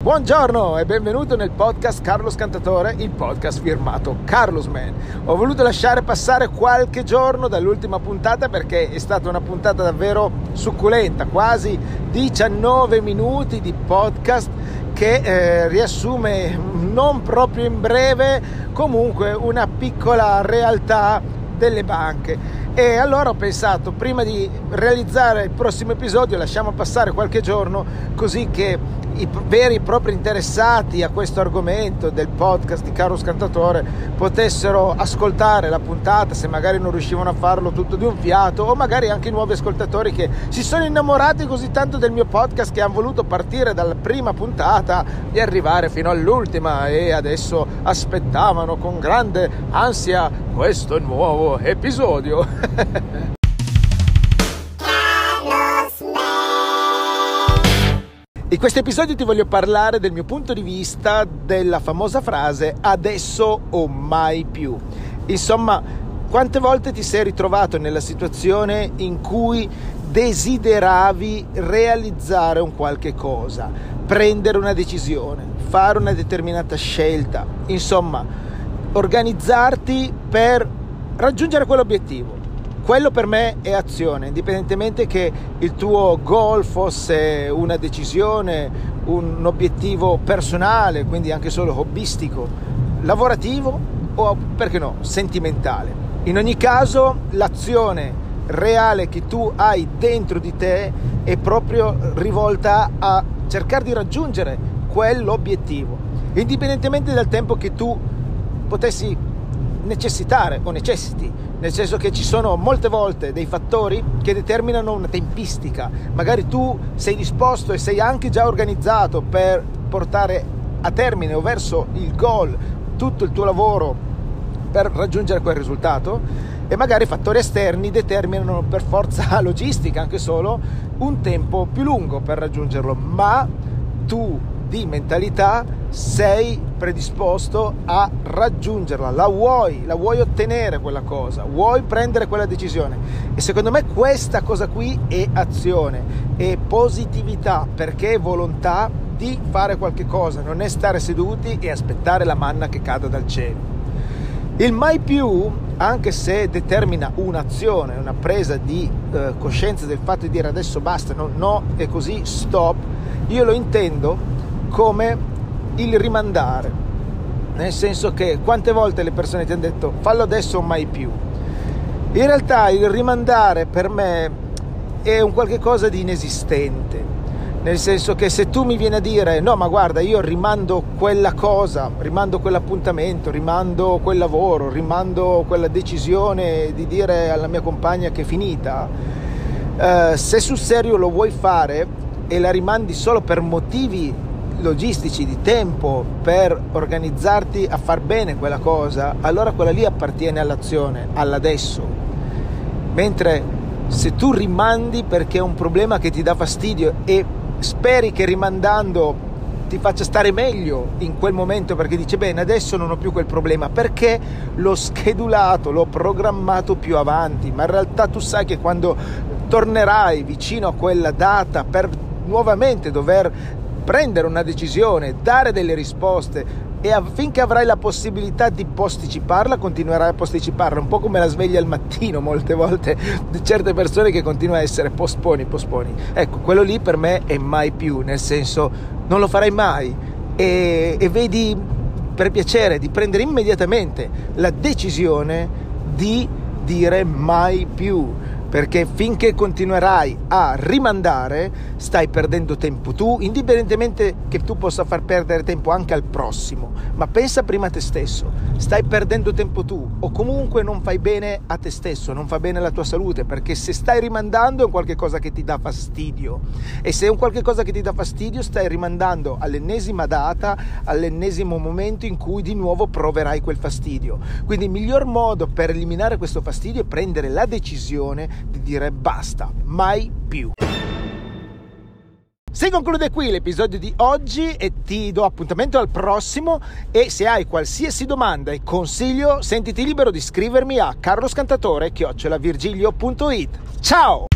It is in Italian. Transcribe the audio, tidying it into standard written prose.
Buongiorno e benvenuto nel podcast Carlos Cantatore, il podcast firmato Carlos Man. Ho voluto lasciare passare qualche giorno dall'ultima puntata perché è stata una puntata davvero succulenta, quasi 19 minuti di podcast che riassume non proprio in breve, comunque una piccola realtà delle banche. E allora ho pensato, prima di realizzare il prossimo episodio, lasciamo passare qualche giorno così che i veri e propri interessati a questo argomento del podcast di Carlos Cantatore potessero ascoltare la puntata, se magari non riuscivano a farlo tutto di un fiato, o magari anche nuovi ascoltatori che si sono innamorati così tanto del mio podcast che hanno voluto partire dalla prima puntata e arrivare fino all'ultima e adesso aspettavano con grande ansia questo nuovo episodio. In questo episodio ti voglio parlare del mio punto di vista della famosa frase adesso o mai più. Insomma, quante volte ti sei ritrovato nella situazione in cui desideravi realizzare un qualche cosa, prendere una decisione, fare una determinata scelta, insomma, organizzarti per raggiungere quell'obiettivo. Quello per me è azione, indipendentemente che il tuo goal fosse una decisione, un obiettivo personale, quindi anche solo hobbistico, lavorativo o, perché no, sentimentale. In ogni caso, l'azione reale che tu hai dentro di te è proprio rivolta a cercare di raggiungere quell'obiettivo, indipendentemente dal tempo che tu potessi necessitare o necessiti, nel senso che ci sono molte volte dei fattori che determinano una tempistica. Magari tu sei disposto e sei anche già organizzato per portare a termine o verso il goal tutto il tuo lavoro per raggiungere quel risultato, e magari fattori esterni determinano per forza logistica anche solo un tempo più lungo per raggiungerlo, ma tu di mentalità sei predisposto a raggiungerla, la vuoi ottenere quella cosa, vuoi prendere quella decisione. E secondo me questa cosa qui è azione, è positività, perché è volontà di fare qualche cosa, non è stare seduti e aspettare la manna che cada dal cielo. Il mai più, anche se determina un'azione, una presa di coscienza del fatto di dire adesso basta, no, è così, stop, io lo intendo come il rimandare, nel senso che quante volte le persone ti hanno detto fallo adesso o mai più. In realtà il rimandare per me è un qualche cosa di inesistente, nel senso che se tu mi vieni a dire no ma guarda io rimando quella cosa, rimando quell'appuntamento, rimando quel lavoro, rimando quella decisione di dire alla mia compagna che è finita, se sul serio lo vuoi fare e la rimandi solo per motivi logistici, di tempo, per organizzarti a far bene quella cosa, allora quella lì appartiene all'azione, all'adesso. Mentre se tu rimandi perché è un problema che ti dà fastidio e speri che rimandando ti faccia stare meglio in quel momento, perché dici bene adesso non ho più quel problema perché l'ho schedulato, l'ho programmato più avanti, ma in realtà tu sai che quando tornerai vicino a quella data per nuovamente dover prendere una decisione, dare delle risposte, e affinché avrai la possibilità di posticiparla, continuerai a posticiparla, un po' come la sveglia al mattino molte volte di certe persone che continuano a essere posponi. Ecco, quello lì per me è mai più, nel senso non lo farai mai e vedi per piacere di prendere immediatamente la decisione di dire mai più, perché finché continuerai a rimandare stai perdendo tempo tu, indipendentemente che tu possa far perdere tempo anche al prossimo, ma pensa prima a te stesso, stai perdendo tempo tu o comunque non fai bene a te stesso, non fa bene alla tua salute, perché se stai rimandando è un qualche cosa che ti dà fastidio, e se è un qualche cosa che ti dà fastidio stai rimandando all'ennesima data, all'ennesimo momento in cui di nuovo proverai quel fastidio. Quindi il miglior modo per eliminare questo fastidio è prendere la decisione di dire basta, mai più. Si conclude qui l'episodio di oggi e ti do appuntamento al prossimo, e se hai qualsiasi domanda e consiglio sentiti libero di scrivermi a carloscantatore@virgilio.it. Ciao!